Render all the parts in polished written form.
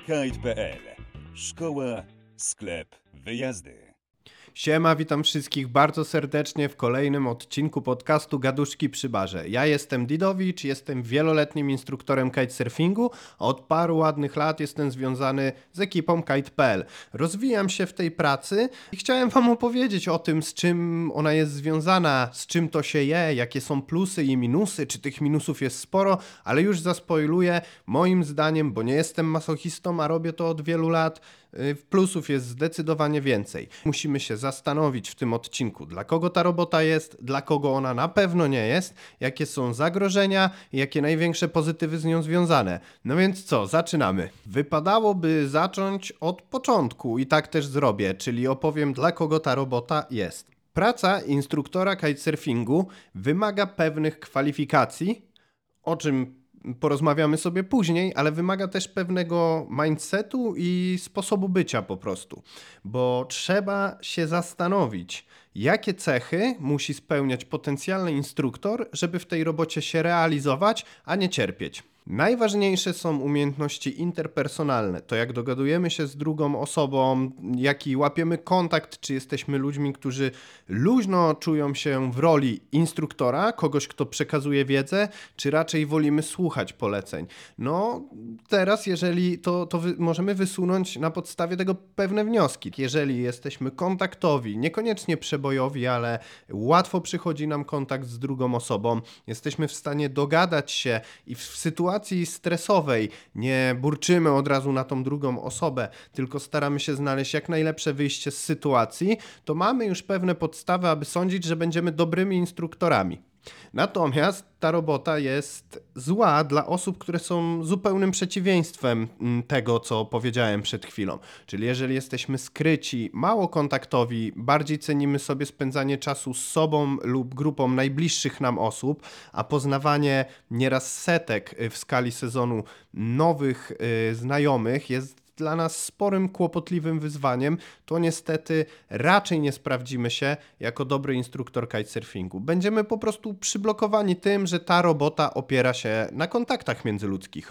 Kite.pl. Szkoła, sklep, wyjazdy. Siema, witam wszystkich bardzo serdecznie w kolejnym odcinku podcastu Gaduszki przy barze. Ja jestem Didowicz, jestem wieloletnim instruktorem kitesurfingu, a od paru ładnych lat jestem związany z ekipą Kite.pl. Rozwijam się w tej pracy i chciałem wam opowiedzieć o tym, z czym ona jest związana, z czym to się je, jakie są plusy i minusy, czy tych minusów jest sporo, ale już zaspoiluję, moim zdaniem, bo nie jestem masochistą, a robię to od wielu lat, plusów jest zdecydowanie więcej. Musimy się zastanowić w tym odcinku, dla kogo ta robota jest, dla kogo ona na pewno nie jest, jakie są zagrożenia i jakie największe pozytywy z nią związane. No więc co, zaczynamy. Wypadałoby zacząć od początku i tak też zrobię, czyli opowiem, dla kogo ta robota jest. Praca instruktora kitesurfingu wymaga pewnych kwalifikacji, o czym porozmawiamy sobie później, ale wymaga też pewnego mindsetu i sposobu bycia po prostu, bo trzeba się zastanowić, jakie cechy musi spełniać potencjalny instruktor, żeby w tej robocie się realizować, a nie cierpieć. Najważniejsze są umiejętności interpersonalne, to jak dogadujemy się z drugą osobą, jaki łapiemy kontakt, czy jesteśmy ludźmi, którzy luźno czują się w roli instruktora, kogoś, kto przekazuje wiedzę, czy raczej wolimy słuchać poleceń. No teraz, jeżeli to możemy wysunąć na podstawie tego pewne wnioski. Jeżeli jesteśmy kontaktowi, niekoniecznie przebojowi, ale łatwo przychodzi nam kontakt z drugą osobą, jesteśmy w stanie dogadać się i w sytuacji stresowej nie burczymy od razu na tą drugą osobę, tylko staramy się znaleźć jak najlepsze wyjście z sytuacji, to mamy już pewne podstawy, aby sądzić, że będziemy dobrymi instruktorami. Natomiast ta robota jest zła dla osób, które są zupełnym przeciwieństwem tego, co powiedziałem przed chwilą. Czyli jeżeli jesteśmy skryci, mało kontaktowi, bardziej cenimy sobie spędzanie czasu z sobą lub grupą najbliższych nam osób, a poznawanie nieraz setek w skali sezonu nowych znajomych jest dla nas sporym, kłopotliwym wyzwaniem, to niestety raczej nie sprawdzimy się jako dobry instruktor kitesurfingu. Będziemy po prostu przyblokowani tym, że ta robota opiera się na kontaktach międzyludzkich.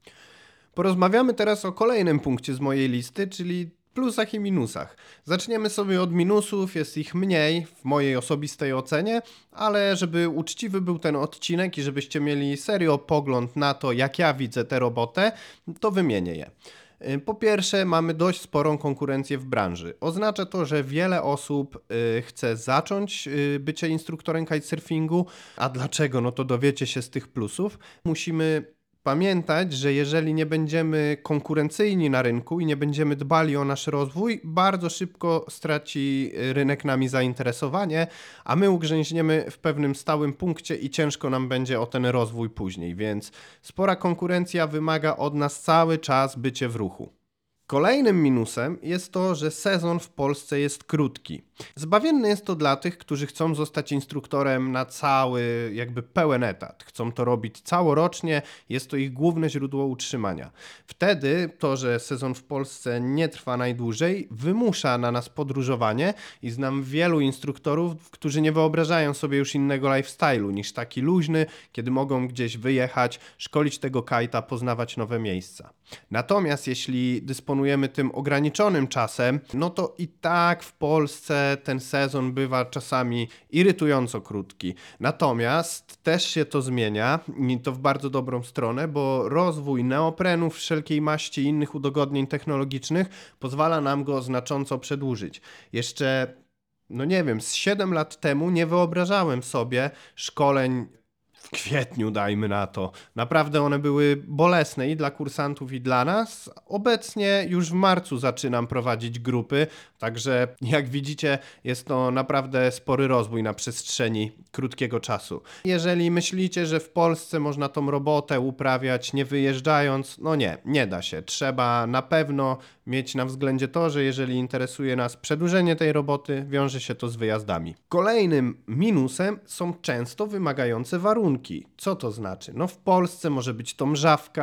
Porozmawiamy teraz o kolejnym punkcie z mojej listy, czyli plusach i minusach. Zaczniemy sobie od minusów, jest ich mniej w mojej osobistej ocenie, ale żeby uczciwy był ten odcinek i żebyście mieli serio pogląd na to, jak ja widzę tę robotę, to wymienię je. Po pierwsze, mamy dość sporą konkurencję w branży. Oznacza to, że wiele osób chce zacząć bycie instruktorem kitesurfingu. A dlaczego? No to dowiecie się z tych plusów. Musimy pamiętać, że jeżeli nie będziemy konkurencyjni na rynku i nie będziemy dbali o nasz rozwój, bardzo szybko straci rynek nami zainteresowanie, a my ugrzęźniemy w pewnym stałym punkcie i ciężko nam będzie o ten rozwój później, więc spora konkurencja wymaga od nas cały czas bycie w ruchu. Kolejnym minusem jest to, że sezon w Polsce jest krótki. Zbawienne jest to dla tych, którzy chcą zostać instruktorem na cały, jakby pełen etat. Chcą to robić całorocznie, jest to ich główne źródło utrzymania. Wtedy to, że sezon w Polsce nie trwa najdłużej, wymusza na nas podróżowanie i znam wielu instruktorów, którzy nie wyobrażają sobie już innego lifestyle'u niż taki luźny, kiedy mogą gdzieś wyjechać, szkolić tego kajta, poznawać nowe miejsca. Natomiast jeśli dysponujemy tym ograniczonym czasem, no to i tak w Polsce ten sezon bywa czasami irytująco krótki. Natomiast też się to zmienia i to w bardzo dobrą stronę, bo rozwój neoprenów, wszelkiej maści i innych udogodnień technologicznych pozwala nam go znacząco przedłużyć. Jeszcze, no nie wiem, z 7 lat temu nie wyobrażałem sobie szkoleń w kwietniu, dajmy na to. Naprawdę one były bolesne i dla kursantów, i dla nas. Obecnie już w marcu zaczynam prowadzić grupy, także jak widzicie, jest to naprawdę spory rozwój na przestrzeni krótkiego czasu. Jeżeli myślicie, że w Polsce można tą robotę uprawiać nie wyjeżdżając, no nie da się. Trzeba na pewno mieć na względzie to, że jeżeli interesuje nas przedłużenie tej roboty, wiąże się to z wyjazdami. Kolejnym minusem są często wymagające warunki. Co to znaczy? No w Polsce może być to mrzawka,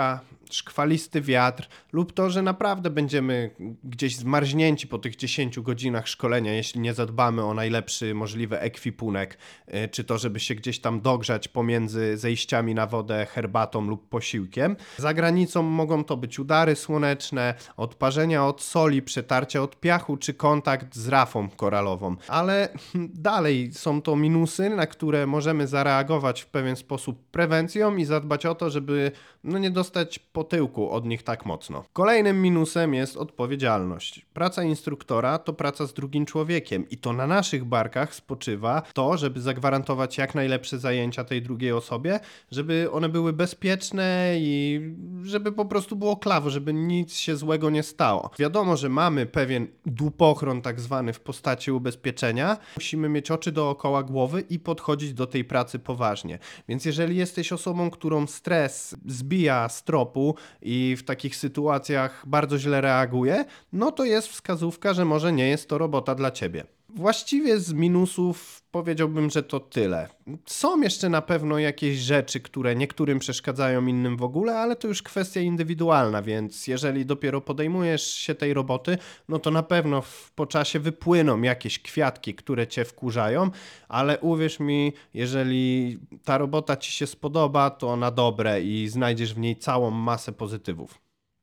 szkwalisty wiatr lub to, że naprawdę będziemy gdzieś zmarznięci po tych 10 godzinach szkolenia, jeśli nie zadbamy o najlepszy możliwy ekwipunek, czy to, żeby się gdzieś tam dogrzać pomiędzy zejściami na wodę herbatą lub posiłkiem. Za granicą mogą to być udary słoneczne, odparzenia od soli, przetarcia od piachu, czy kontakt z rafą koralową. Ale dalej są to minusy, na które możemy zareagować w pewien sposób prewencją i zadbać o to, żeby nie dostać po tyłku od nich tak mocno. Kolejnym minusem jest odpowiedzialność. Praca instruktora to praca z drugim człowiekiem i to na naszych barkach spoczywa to, żeby zagwarantować jak najlepsze zajęcia tej drugiej osobie, żeby one były bezpieczne i żeby po prostu było klawo, żeby nic się złego nie stało. Wiadomo, że mamy pewien dupochron tak zwany w postaci ubezpieczenia. Musimy mieć oczy dookoła głowy i podchodzić do tej pracy poważnie. Więc jeżeli jesteś osobą, którą stres zbija z tropu i w takich sytuacjach bardzo źle reaguje, no to jest wskazówka, że może nie jest to robota dla ciebie. Właściwie z minusów powiedziałbym, że to tyle. Są jeszcze na pewno jakieś rzeczy, które niektórym przeszkadzają, innym w ogóle, ale to już kwestia indywidualna, więc jeżeli dopiero podejmujesz się tej roboty, no to na pewno po czasie wypłyną jakieś kwiatki, które cię wkurzają, ale uwierz mi, jeżeli ta robota ci się spodoba, to na dobre i znajdziesz w niej całą masę pozytywów.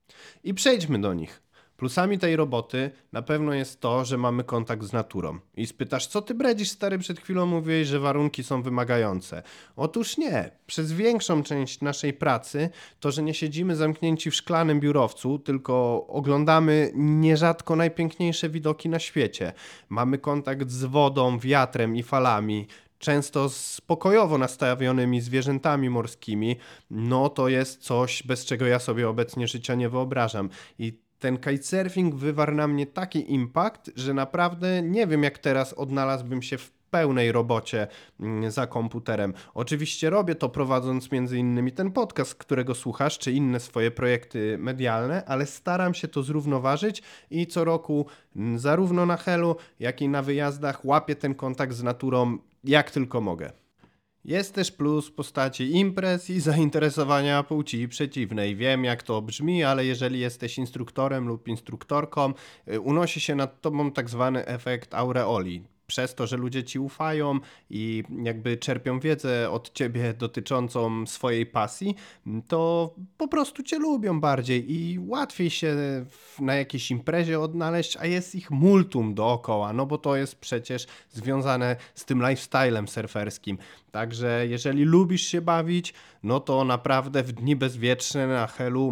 I przejdźmy do nich. Plusami tej roboty na pewno jest to, że mamy kontakt z naturą. I spytasz, co ty bredzisz, stary, przed chwilą mówiłeś, że warunki są wymagające. Otóż nie. Przez większą część naszej pracy to, że nie siedzimy zamknięci w szklanym biurowcu, tylko oglądamy nierzadko najpiękniejsze widoki na świecie. Mamy kontakt z wodą, wiatrem i falami, często z pokojowo nastawionymi zwierzętami morskimi, no to jest coś, bez czego ja sobie obecnie życia nie wyobrażam. I ten kitesurfing wywarł na mnie taki impact, że naprawdę nie wiem, jak teraz odnalazłbym się w pełnej robocie za komputerem. Oczywiście robię to prowadząc między innymi ten podcast, którego słuchasz, czy inne swoje projekty medialne, ale staram się to zrównoważyć i co roku zarówno na Helu, jak i na wyjazdach łapię ten kontakt z naturą jak tylko mogę. Jest też plus w postaci imprez i zainteresowania płci przeciwnej. Wiem, jak to brzmi, ale jeżeli jesteś instruktorem lub instruktorką, unosi się nad tobą tak zwany efekt aureoli. Przez to, że ludzie ci ufają i jakby czerpią wiedzę od ciebie dotyczącą swojej pasji, to po prostu cię lubią bardziej i łatwiej się na jakiejś imprezie odnaleźć, a jest ich multum dookoła, no bo to jest przecież związane z tym lifestylem surferskim. Także jeżeli lubisz się bawić, no to naprawdę w dni bezwieczne na Helu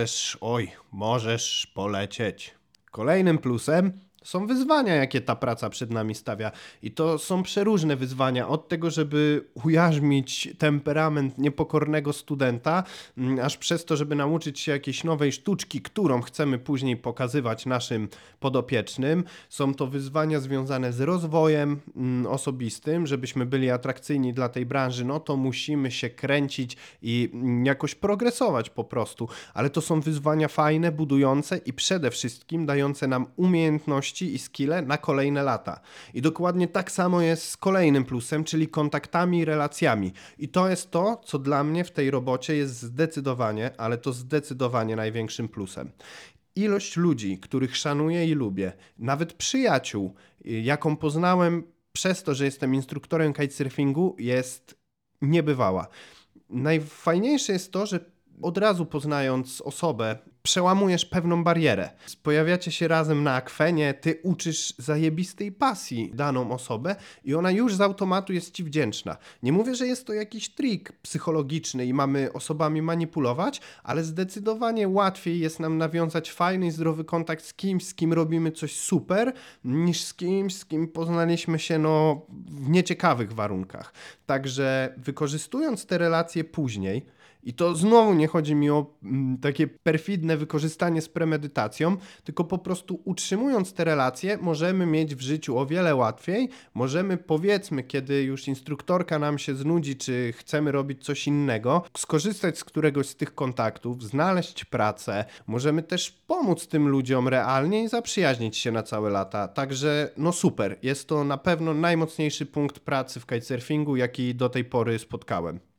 możesz polecieć. Kolejnym plusem są wyzwania, jakie ta praca przed nami stawia. I to są przeróżne wyzwania. Od tego, żeby ujarzmić temperament niepokornego studenta, aż przez to, żeby nauczyć się jakiejś nowej sztuczki, którą chcemy później pokazywać naszym podopiecznym. Są to wyzwania związane z rozwojem osobistym. Żebyśmy byli atrakcyjni dla tej branży, no to musimy się kręcić i jakoś progresować po prostu. Ale to są wyzwania fajne, budujące i przede wszystkim dające nam umiejętności i skille na kolejne lata. I dokładnie tak samo jest z kolejnym plusem, czyli kontaktami i relacjami. I to jest to, co dla mnie w tej robocie jest zdecydowanie, ale to zdecydowanie największym plusem. Ilość ludzi, których szanuję i lubię, nawet przyjaciół, jaką poznałem przez to, że jestem instruktorem kitesurfingu, jest niebywała. Najfajniejsze jest to, że od razu poznając osobę, przełamujesz pewną barierę. Pojawiacie się razem na akwenie, ty uczysz zajebistej pasji daną osobę i ona już z automatu jest ci wdzięczna. Nie mówię, że jest to jakiś trik psychologiczny i mamy osobami manipulować, ale zdecydowanie łatwiej jest nam nawiązać fajny i zdrowy kontakt z kim robimy coś super, niż z kim poznaliśmy się w nieciekawych warunkach. Także wykorzystując te relacje później, i to znowu nie chodzi mi o takie perfidne wykorzystanie z premedytacją, tylko po prostu utrzymując te relacje możemy mieć w życiu o wiele łatwiej. Możemy, powiedzmy, kiedy już instruktorka nam się znudzi, czy chcemy robić coś innego, skorzystać z któregoś z tych kontaktów, znaleźć pracę. Możemy też pomóc tym ludziom realnie i zaprzyjaźnić się na całe lata. Także super, jest to na pewno najmocniejszy punkt pracy w kitesurfingu, jaki do tej pory spotkałem.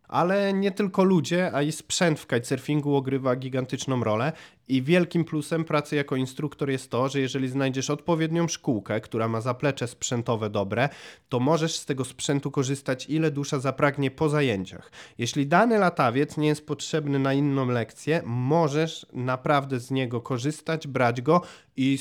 Ale nie tylko ludzie, a i sprzęt w kitesurfingu ogrywa gigantyczną rolę i wielkim plusem pracy jako instruktor jest to, że jeżeli znajdziesz odpowiednią szkółkę, która ma zaplecze sprzętowe dobre, to możesz z tego sprzętu korzystać ile dusza zapragnie po zajęciach. Jeśli dany latawiec nie jest potrzebny na inną lekcję, możesz naprawdę z niego korzystać, brać go i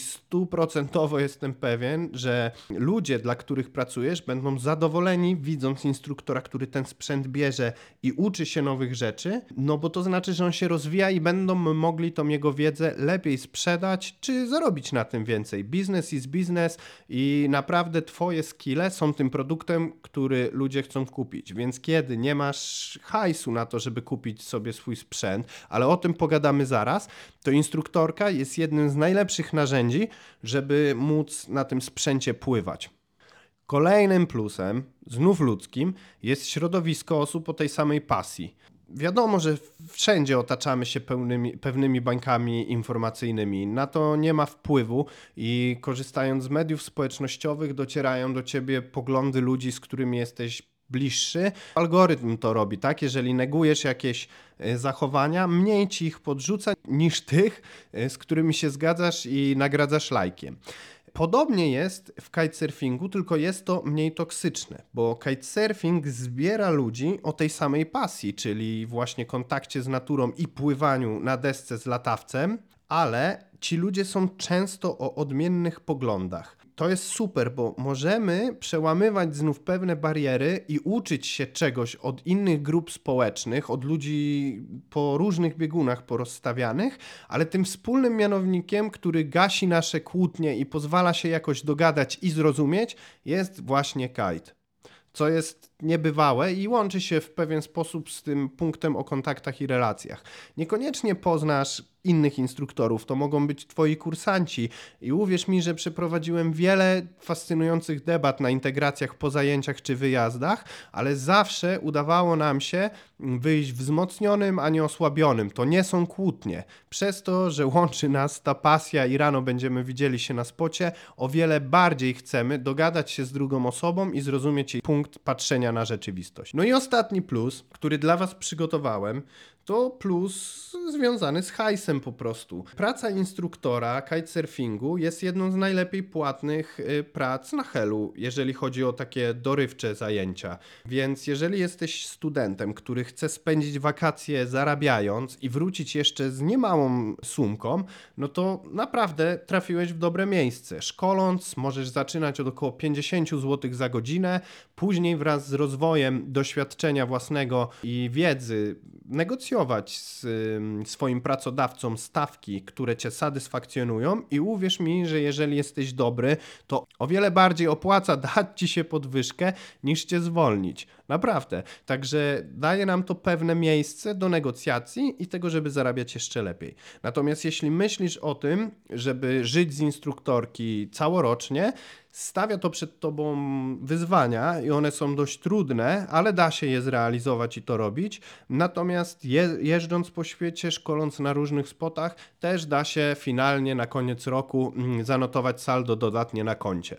100% jestem pewien, że ludzie, dla których pracujesz, będą zadowoleni widząc instruktora, który ten sprzęt bierze i uczy się nowych rzeczy, no bo to znaczy, że on się rozwija i będą mogli tą jego wiedzę lepiej sprzedać, czy zarobić na tym więcej. Biznes is biznes i naprawdę twoje skille są tym produktem, który ludzie chcą kupić, więc kiedy nie masz hajsu na to, żeby kupić sobie swój sprzęt, ale o tym pogadamy zaraz, to instruktorka jest jednym z najlepszych narzędzi, żeby móc na tym sprzęcie pływać. Kolejnym plusem, znów ludzkim, jest środowisko osób o tej samej pasji. Wiadomo, że wszędzie otaczamy się pewnymi bańkami informacyjnymi. Na to nie ma wpływu i korzystając z mediów społecznościowych docierają do ciebie poglądy ludzi, z którymi jesteś bliższy. Algorytm to robi, tak? Jeżeli negujesz jakieś zachowania, mniej ci ich podrzuca niż tych, z którymi się zgadzasz i nagradzasz lajkiem. Podobnie jest w kitesurfingu, tylko jest to mniej toksyczne, bo kitesurfing zbiera ludzi o tej samej pasji, czyli właśnie kontakcie z naturą i pływaniu na desce z latawcem, ale ci ludzie są często o odmiennych poglądach. To jest super, bo możemy przełamywać znów pewne bariery i uczyć się czegoś od innych grup społecznych, od ludzi po różnych biegunach porozstawianych, ale tym wspólnym mianownikiem, który gasi nasze kłótnie i pozwala się jakoś dogadać i zrozumieć, jest właśnie kite. Co jest niebywałe i łączy się w pewien sposób z tym punktem o kontaktach i relacjach. Niekoniecznie poznasz innych instruktorów, to mogą być twoi kursanci i uwierz mi, że przeprowadziłem wiele fascynujących debat na integracjach po zajęciach czy wyjazdach, ale zawsze udawało nam się wyjść wzmocnionym, a nie osłabionym. To nie są kłótnie. Przez to, że łączy nas ta pasja i rano będziemy widzieli się na spocie, o wiele bardziej chcemy dogadać się z drugą osobą i zrozumieć jej punkt patrzenia na rzeczywistość. No i ostatni plus, który dla was przygotowałem, to plus związany z hajsem po prostu. Praca instruktora kitesurfingu jest jedną z najlepiej płatnych prac na Helu, jeżeli chodzi o takie dorywcze zajęcia. Więc jeżeli jesteś studentem, który chce spędzić wakacje zarabiając i wrócić jeszcze z niemałą sumką, no to naprawdę trafiłeś w dobre miejsce. Szkoląc możesz zaczynać od około 50 zł za godzinę, później wraz z rozwojem doświadczenia własnego i wiedzy negocjować z swoim pracodawcą stawki, które cię satysfakcjonują i uwierz mi, że jeżeli jesteś dobry, to o wiele bardziej opłaca dać ci się podwyżkę niż cię zwolnić. Naprawdę. Także daje nam to pewne miejsce do negocjacji i tego, żeby zarabiać jeszcze lepiej. Natomiast jeśli myślisz o tym, żeby żyć z instruktorki całorocznie, stawia to przed tobą wyzwania i one są dość trudne, ale da się je zrealizować i to robić. Natomiast jeżdżąc po świecie, szkoląc na różnych spotach, też da się finalnie na koniec roku zanotować saldo dodatnie na koncie.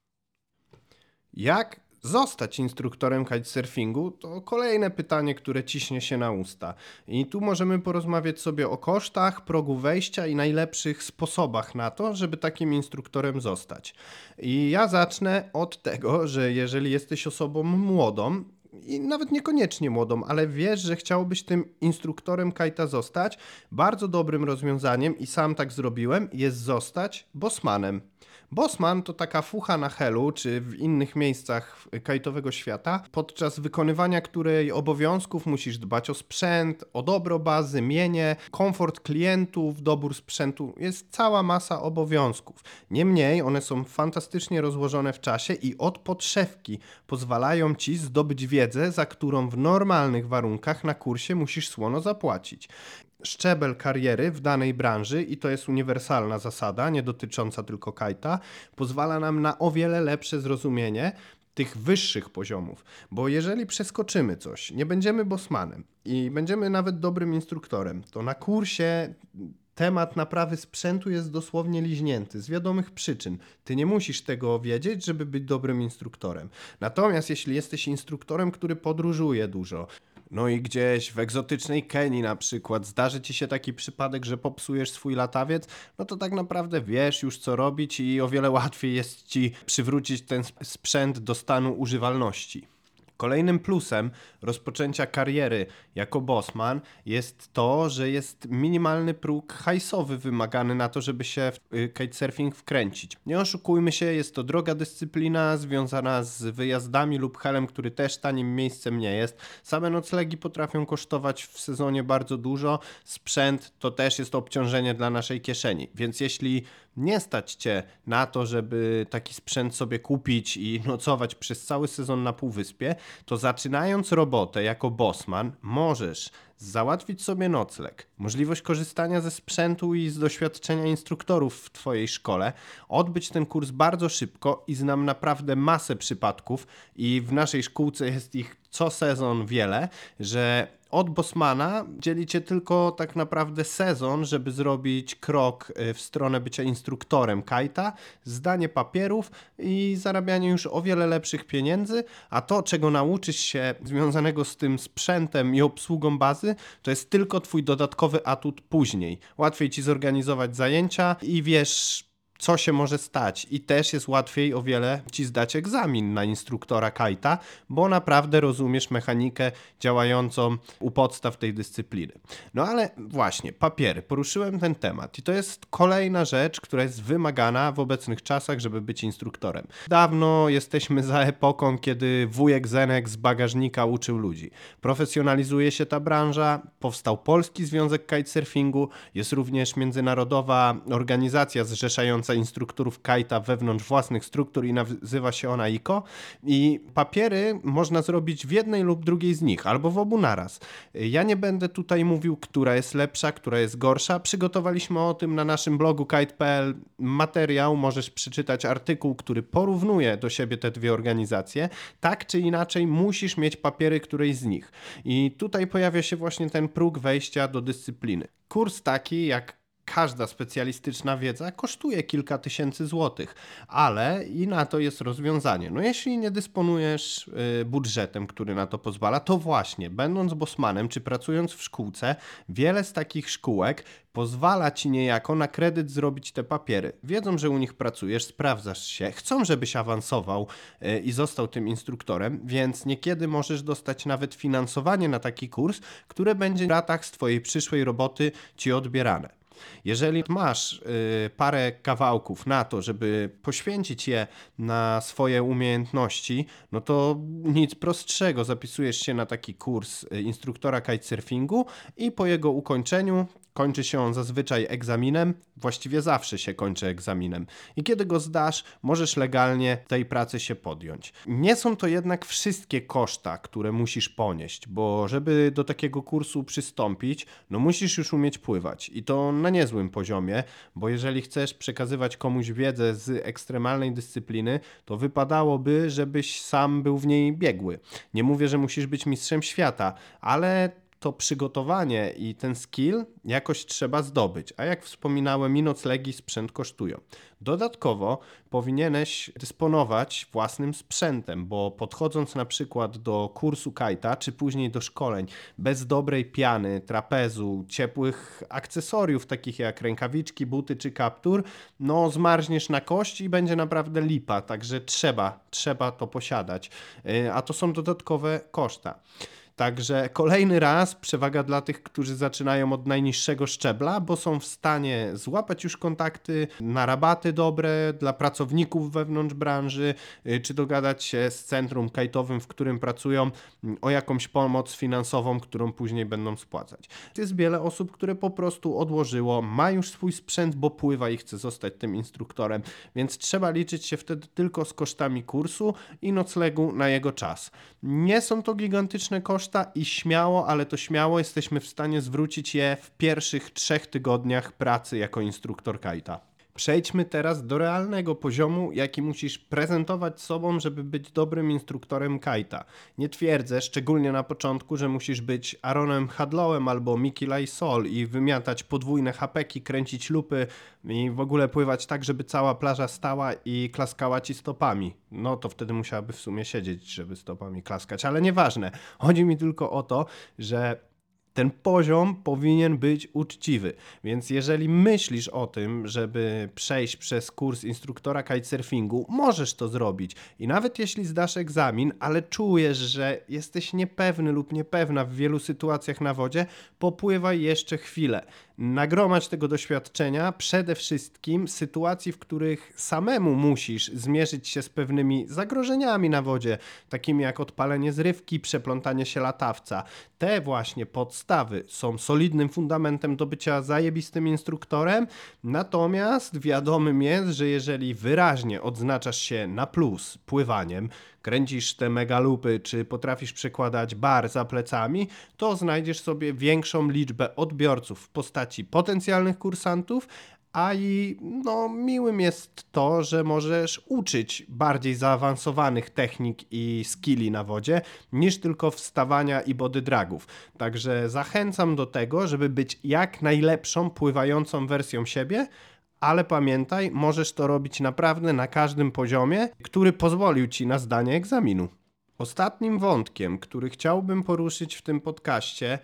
Jak zostać instruktorem kitesurfingu? To kolejne pytanie, które ciśnie się na usta. I tu możemy porozmawiać sobie o kosztach, progu wejścia i najlepszych sposobach na to, żeby takim instruktorem zostać. I ja zacznę od tego, że jeżeli jesteś osobą młodą, i nawet niekoniecznie młodą, ale wiesz, że chciałbyś tym instruktorem kajta zostać, bardzo dobrym rozwiązaniem i sam tak zrobiłem, jest zostać bossmanem. Bossman to taka fucha na Helu czy w innych miejscach kajtowego świata, podczas wykonywania której obowiązków musisz dbać o sprzęt, o dobro bazy, mienie, komfort klientów, dobór sprzętu. Jest cała masa obowiązków. Niemniej one są fantastycznie rozłożone w czasie i od podszewki pozwalają ci zdobyć wiedzę, za którą w normalnych warunkach na kursie musisz słono zapłacić. Szczebel kariery w danej branży, i to jest uniwersalna zasada, nie dotycząca tylko kajta, pozwala nam na o wiele lepsze zrozumienie tych wyższych poziomów, bo jeżeli przeskoczymy coś, nie będziemy bossmanem i będziemy nawet dobrym instruktorem, to na kursie temat naprawy sprzętu jest dosłownie liźnięty z wiadomych przyczyn. Ty nie musisz tego wiedzieć, żeby być dobrym instruktorem. Natomiast jeśli jesteś instruktorem, który podróżuje dużo, No i gdzieś w egzotycznej Kenii na przykład zdarzy ci się taki przypadek, że popsujesz swój latawiec, no to tak naprawdę wiesz już co robić i o wiele łatwiej jest ci przywrócić ten sprzęt do stanu używalności. Kolejnym plusem rozpoczęcia kariery jako bossman jest to, że jest minimalny próg hajsowy wymagany na to, żeby się w kitesurfing wkręcić. Nie oszukujmy się, jest to droga dyscyplina związana z wyjazdami lub helem, który też tanim miejscem nie jest. Same noclegi potrafią kosztować w sezonie bardzo dużo, sprzęt to też jest obciążenie dla naszej kieszeni, więc jeśli nie stać cię na to, żeby taki sprzęt sobie kupić i nocować przez cały sezon na półwyspie, to zaczynając robotę jako bossman możesz załatwić sobie nocleg, możliwość korzystania ze sprzętu i z doświadczenia instruktorów w twojej szkole, odbyć ten kurs bardzo szybko i znam naprawdę masę przypadków i w naszej szkółce jest ich co sezon wiele, że od bossmana dzieli cię tylko tak naprawdę sezon, żeby zrobić krok w stronę bycia instruktorem kajta, zdanie papierów i zarabianie już o wiele lepszych pieniędzy, a to, czego nauczysz się związanego z tym sprzętem i obsługą bazy, to jest tylko twój dodatkowy atut później. Łatwiej ci zorganizować zajęcia i wiesz, co się może stać i też jest łatwiej o wiele ci zdać egzamin na instruktora kajta, bo naprawdę rozumiesz mechanikę działającą u podstaw tej dyscypliny. No ale właśnie, papiery. Poruszyłem ten temat i to jest kolejna rzecz, która jest wymagana w obecnych czasach, żeby być instruktorem. Dawno jesteśmy za epoką, kiedy wujek Zenek z bagażnika uczył ludzi. Profesjonalizuje się ta branża, powstał Polski Związek Kitesurfingu, jest również międzynarodowa organizacja zrzeszająca instruktorów kajta wewnątrz własnych struktur i nazywa się ona ICO i papiery można zrobić w jednej lub drugiej z nich, albo w obu naraz. Ja nie będę tutaj mówił, która jest lepsza, która jest gorsza. Przygotowaliśmy o tym na naszym blogu kite.pl materiał, możesz przeczytać artykuł, który porównuje do siebie te dwie organizacje. Tak czy inaczej musisz mieć papiery którejś z nich. I tutaj pojawia się właśnie ten próg wejścia do dyscypliny. Kurs taki jak każda specjalistyczna wiedza kosztuje kilka tysięcy złotych, ale i na to jest rozwiązanie. No jeśli nie dysponujesz budżetem, który na to pozwala, to właśnie, będąc bossmanem czy pracując w szkółce, wiele z takich szkółek pozwala ci niejako na kredyt zrobić te papiery. Wiedzą, że u nich pracujesz, sprawdzasz się, chcą, żebyś awansował i został tym instruktorem, więc niekiedy możesz dostać nawet finansowanie na taki kurs, które będzie w ratach z twojej przyszłej roboty ci odbierane. Jeżeli masz parę kawałków na to, żeby poświęcić je na swoje umiejętności, no to nic prostszego. Zapisujesz się na taki kurs instruktora kitesurfingu i po jego ukończeniu kończy się on zazwyczaj egzaminem, właściwie zawsze się kończy egzaminem. I kiedy go zdasz, możesz legalnie tej pracy się podjąć. Nie są to jednak wszystkie koszta, które musisz ponieść, bo żeby do takiego kursu przystąpić, no musisz już umieć pływać. I to na niezłym poziomie, bo jeżeli chcesz przekazywać komuś wiedzę z ekstremalnej dyscypliny, to wypadałoby, żebyś sam był w niej biegły. Nie mówię, że musisz być mistrzem świata, ale to przygotowanie i ten skill jakoś trzeba zdobyć, a jak wspominałem i noclegi sprzęt kosztują. Dodatkowo powinieneś dysponować własnym sprzętem, bo podchodząc na przykład do kursu kajta, czy później do szkoleń, bez dobrej piany, trapezu, ciepłych akcesoriów takich jak rękawiczki, buty czy kaptur, no zmarzniesz na kość i będzie naprawdę lipa, także trzeba to posiadać, a to są dodatkowe koszta. Także kolejny raz przewaga dla tych, którzy zaczynają od najniższego szczebla, bo są w stanie złapać już kontakty na rabaty dobre dla pracowników wewnątrz branży, czy dogadać się z centrum kajtowym, w którym pracują, o jakąś pomoc finansową, którą później będą spłacać. Jest wiele osób, które po prostu odłożyło, ma już swój sprzęt, bo pływa i chce zostać tym instruktorem, więc trzeba liczyć się wtedy tylko z kosztami kursu i noclegu na jego czas. Nie są to gigantyczne koszty i śmiało, ale to śmiało jesteśmy w stanie zwrócić je w pierwszych 3 tygodniach pracy jako instruktor kajta. Przejdźmy teraz do realnego poziomu, jaki musisz prezentować sobą, żeby być dobrym instruktorem kajta. Nie twierdzę, szczególnie na początku, że musisz być Aaronem Hadlowem albo Miki Lysol i wymiatać podwójne hapeki, kręcić lupy i w ogóle pływać tak, żeby cała plaża stała i klaskała ci stopami. No to wtedy musiałaby w sumie siedzieć, żeby stopami klaskać, ale nieważne. Chodzi mi tylko o to, że ten poziom powinien być uczciwy, więc jeżeli myślisz o tym, żeby przejść przez kurs instruktora kitesurfingu, możesz to zrobić i nawet jeśli zdasz egzamin, ale czujesz, że jesteś niepewny lub niepewna w wielu sytuacjach na wodzie, popływaj jeszcze chwilę. Nagromadź tego doświadczenia, przede wszystkim sytuacji, w których samemu musisz zmierzyć się z pewnymi zagrożeniami na wodzie, takimi jak odpalenie zrywki, przeplątanie się latawca. Te właśnie podstawy są solidnym fundamentem do bycia zajebistym instruktorem, natomiast wiadomym jest, że jeżeli wyraźnie odznaczasz się na plus pływaniem, kręcisz te megalupy, czy potrafisz przekładać bar za plecami, to znajdziesz sobie większą liczbę odbiorców w postaci potencjalnych kursantów, a i miłym jest to, że możesz uczyć bardziej zaawansowanych technik i skilli na wodzie, niż tylko wstawania i body dragów. Także zachęcam do tego, żeby być jak najlepszą pływającą wersją siebie, ale pamiętaj, możesz to robić naprawdę na każdym poziomie, który pozwolił ci na zdanie egzaminu. Ostatnim wątkiem, który chciałbym poruszyć w tym podcaście,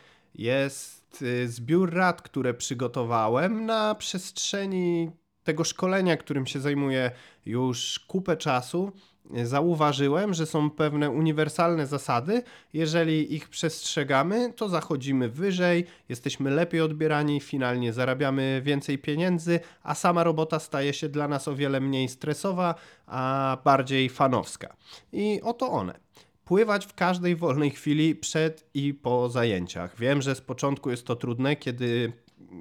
jest zbiór rad, które przygotowałem na przestrzeni tego szkolenia, którym się zajmuję już kupę czasu. Zauważyłem, że są pewne uniwersalne zasady. Jeżeli ich przestrzegamy, to zachodzimy wyżej, jesteśmy lepiej odbierani, finalnie zarabiamy więcej pieniędzy, a sama robota staje się dla nas o wiele mniej stresowa, a bardziej fanowska. I oto one. Pływać w każdej wolnej chwili przed i po zajęciach. Wiem, że z początku jest to trudne, kiedy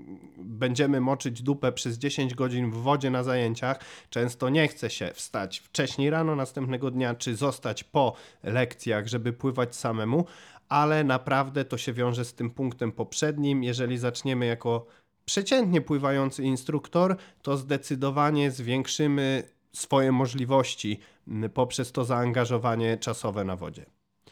będziemy moczyć dupę przez 10 godzin w wodzie na zajęciach. Często nie chce się wstać wcześniej rano następnego dnia, czy zostać po lekcjach, żeby pływać samemu, ale naprawdę to się wiąże z tym punktem poprzednim. Jeżeli zaczniemy jako przeciętnie pływający instruktor, to zdecydowanie zwiększymy swoje możliwości poprzez to zaangażowanie czasowe na wodzie.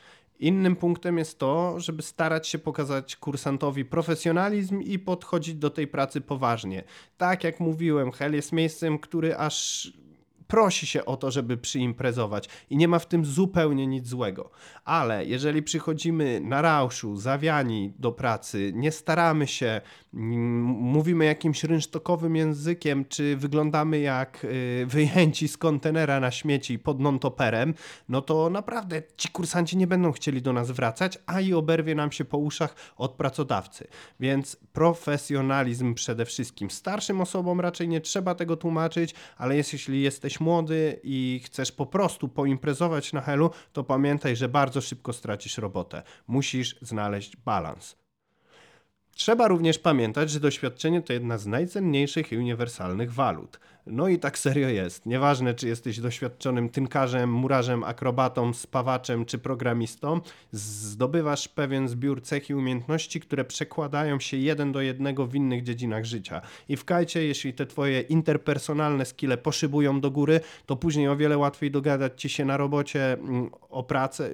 Innym punktem jest to, żeby starać się pokazać kursantowi profesjonalizm i podchodzić do tej pracy poważnie. Tak jak mówiłem, Hel jest miejscem, który aż prosi się o to, żeby przyimprezować i nie ma w tym zupełnie nic złego. Ale jeżeli przychodzimy na rauszu, zawiani do pracy, nie staramy się, mówimy jakimś rynsztokowym językiem, czy wyglądamy jak wyjęci z kontenera na śmieci pod non-toperem, no to naprawdę ci kursanci nie będą chcieli do nas wracać, a i oberwie nam się po uszach od pracodawcy. Więc profesjonalizm przede wszystkim. Starszym osobom raczej nie trzeba tego tłumaczyć, ale jeśli jesteś młody i chcesz po prostu poimprezować na Helu, to pamiętaj, że bardzo szybko stracisz robotę. Musisz znaleźć balans. Trzeba również pamiętać, że doświadczenie to jedna z najcenniejszych i uniwersalnych walut. No i tak serio jest. Nieważne, czy jesteś doświadczonym tynkarzem, murarzem, akrobatą, spawaczem czy programistą, zdobywasz pewien zbiór cech i umiejętności, które przekładają się 1 do 1 w innych dziedzinach życia. I w kajcie, jeśli te twoje interpersonalne skille poszybują do góry, to później o wiele łatwiej dogadać ci się na robocie o pracę,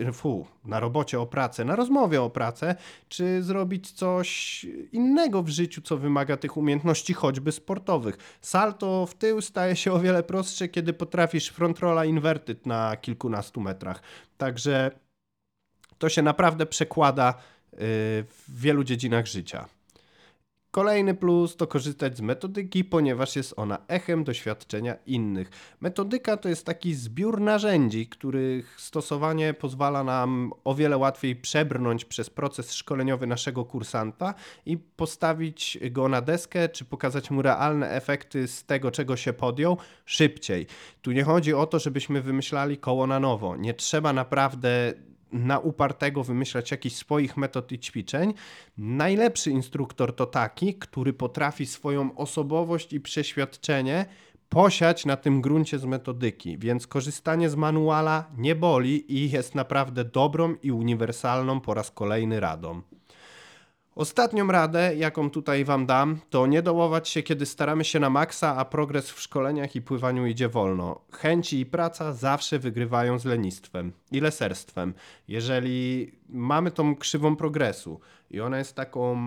na rozmowie o pracę, czy zrobić coś innego w życiu, co wymaga tych umiejętności, choćby sportowych. Salto w tył staje się o wiele prostsze, kiedy potrafisz front rolla inverted na kilkunastu metrach. Także to się naprawdę przekłada w wielu dziedzinach życia. Kolejny plus to korzystać z metodyki, ponieważ jest ona echem doświadczenia innych. Metodyka to jest taki zbiór narzędzi, których stosowanie pozwala nam o wiele łatwiej przebrnąć przez proces szkoleniowy naszego kursanta i postawić go na deskę, czy pokazać mu realne efekty z tego, czego się podjął, szybciej. Tu nie chodzi o to, żebyśmy wymyślali koło na nowo. Nie trzeba naprawdę na upartego wymyślać jakichś swoich metod i ćwiczeń. Najlepszy instruktor to taki, który potrafi swoją osobowość i przeświadczenie posiać na tym gruncie z metodyki, więc korzystanie z manuala nie boli i jest naprawdę dobrą i uniwersalną po raz kolejny radą. Ostatnią radę, jaką tutaj wam dam, to nie dołować się, kiedy staramy się na maksa, a progres w szkoleniach i pływaniu idzie wolno. Chęci i praca zawsze wygrywają z lenistwem i leserstwem. Jeżeli mamy tą krzywą progresu i ona jest taką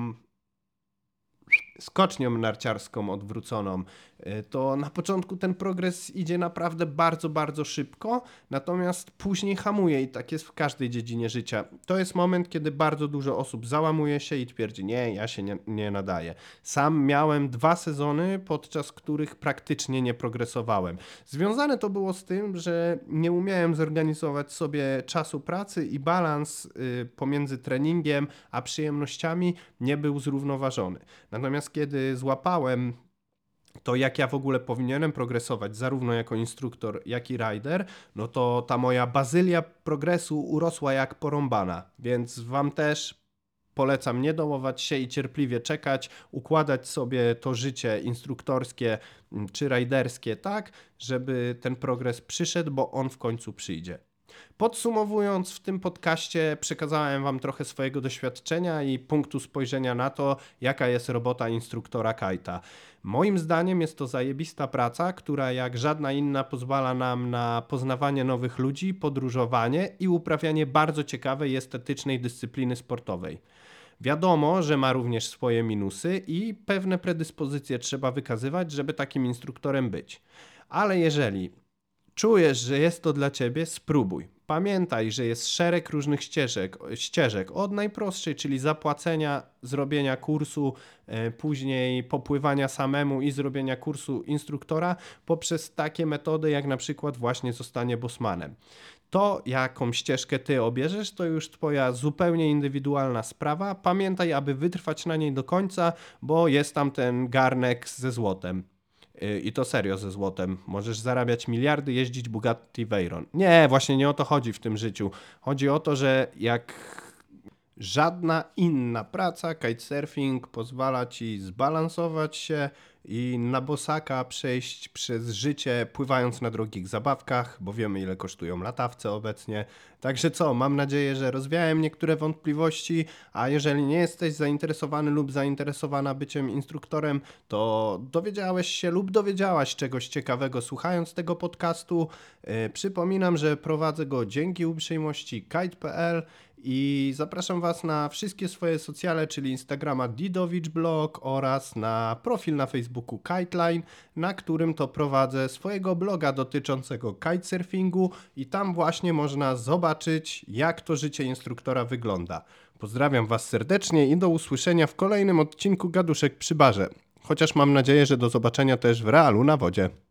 skocznią narciarską odwróconą, to na początku ten progres idzie naprawdę bardzo, bardzo szybko, natomiast później hamuje i tak jest w każdej dziedzinie życia. To jest moment, kiedy bardzo dużo osób załamuje się i twierdzi, nie, ja się nie nadaję. Sam miałem 2 sezony, podczas których praktycznie nie progresowałem. Związane to było z tym, że nie umiałem zorganizować sobie czasu pracy i balans pomiędzy treningiem a przyjemnościami nie był zrównoważony. Natomiast kiedy złapałem to, jak ja w ogóle powinienem progresować, zarówno jako instruktor, jak i rider, no to ta moja bazylia progresu urosła jak porąbana, więc wam też polecam nie dołować się i cierpliwie czekać, układać sobie to życie instruktorskie czy riderskie tak, żeby ten progres przyszedł, bo on w końcu przyjdzie. Podsumowując, w tym podcaście przekazałem wam trochę swojego doświadczenia i punktu spojrzenia na to, jaka jest robota instruktora kajta. Moim zdaniem jest to zajebista praca, która jak żadna inna pozwala nam na poznawanie nowych ludzi, podróżowanie i uprawianie bardzo ciekawej i estetycznej dyscypliny sportowej. Wiadomo, że ma również swoje minusy i pewne predyspozycje trzeba wykazywać, żeby takim instruktorem być. Ale jeżeli czujesz, że jest to dla ciebie, spróbuj. Pamiętaj, że jest szereg różnych ścieżek od najprostszej, czyli zapłacenia, zrobienia kursu, później popływania samemu i zrobienia kursu instruktora, poprzez takie metody jak na przykład właśnie zostanie bossmanem. To, jaką ścieżkę ty obierzesz, to już twoja zupełnie indywidualna sprawa. Pamiętaj, aby wytrwać na niej do końca, bo jest tam ten garnek ze złotem. I to serio ze złotem. Możesz zarabiać miliardy, jeździć Bugatti Veyron. Nie, właśnie nie o to chodzi w tym życiu. Chodzi o to, że jak żadna inna praca, kitesurfing pozwala ci zbalansować się i na bosaka przejść przez życie pływając na drogich zabawkach, bo wiemy ile kosztują latawce obecnie. Także co, mam nadzieję, że rozwiałem niektóre wątpliwości, a jeżeli nie jesteś zainteresowany lub zainteresowana byciem instruktorem, to dowiedziałeś się lub dowiedziałaś czegoś ciekawego słuchając tego podcastu. Przypominam, że prowadzę go dzięki uprzejmości kite.pl i zapraszam was na wszystkie swoje socjale, czyli Instagrama Didowicz oraz na profil na Facebooku Kiteline, na którym to prowadzę swojego bloga dotyczącego kitesurfingu i tam właśnie można zobaczyć, jak to życie instruktora wygląda. Pozdrawiam was serdecznie i do usłyszenia w kolejnym odcinku Gaduszek przy barze. Chociaż mam nadzieję, że do zobaczenia też w realu na wodzie.